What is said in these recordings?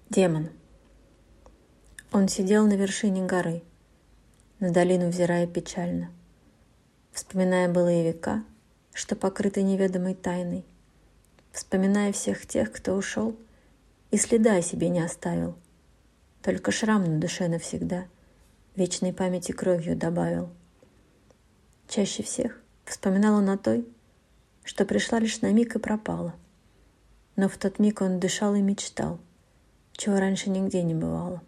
Демон. Он сидел на вершине горы, на долину взирая печально, вспоминая былые века, что покрыты неведомой тайной, вспоминая всех тех, кто ушел и следа о себе не оставил, только шрам на душе навсегда вечной памяти кровью добавил. Чаще всех вспоминал он о той, что пришла лишь на миг и пропала, но в тот миг он дышал и мечтал, чего раньше нигде не бывало.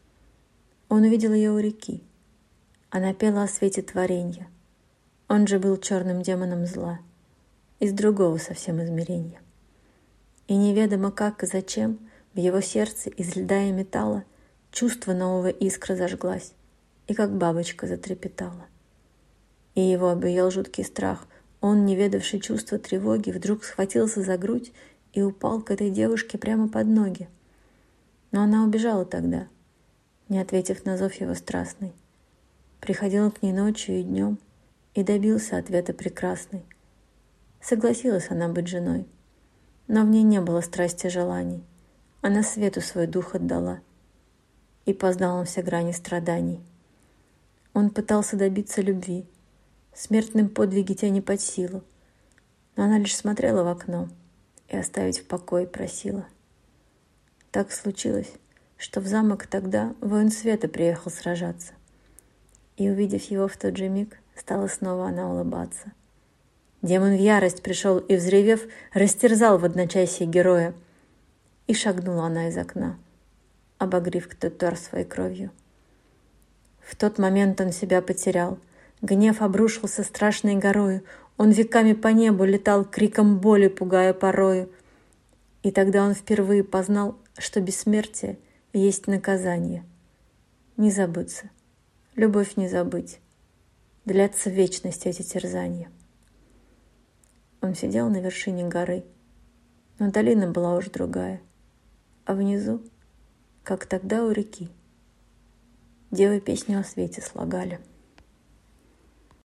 Он увидел ее у реки. Она пела о свете творенья. Он же был черным демоном зла, из другого совсем измерения. И неведомо как и зачем в его сердце из льда и металла чувство нового искра зажглась и как бабочка затрепетала. И его обуял жуткий страх. Он, не ведавший чувства тревоги, вдруг схватился за грудь и упал к этой девушке прямо под ноги. Но она убежала тогда, не ответив на зов его страстный. Приходил к ней ночью и днем и добился ответа прекрасный. Согласилась она быть женой, но в ней не было страсти желаний. Она свету свой дух отдала, и познал он все грани страданий. Он пытался добиться любви, смертным подвиги тебя не под силу, но она лишь смотрела в окно и оставить в покое просила. Так случилось, что в замок тогда воин света приехал сражаться, и, увидев его в тот же миг, стала снова она улыбаться. Демон в ярость пришел и, взревев, растерзал в одночасье героя, и шагнула она из окна, обогрев кто-то своей кровью. В тот момент он себя потерял, гнев обрушился страшной горою, он веками по небу летал, криком боли пугая порою. И тогда он впервые познал, что бессмертие есть наказание. Не забыться, любовь не забыть, длятся в вечность эти терзания. Он сидел на вершине горы, но долина была уж другая, а внизу, как тогда у реки, девы песню о свете слагали.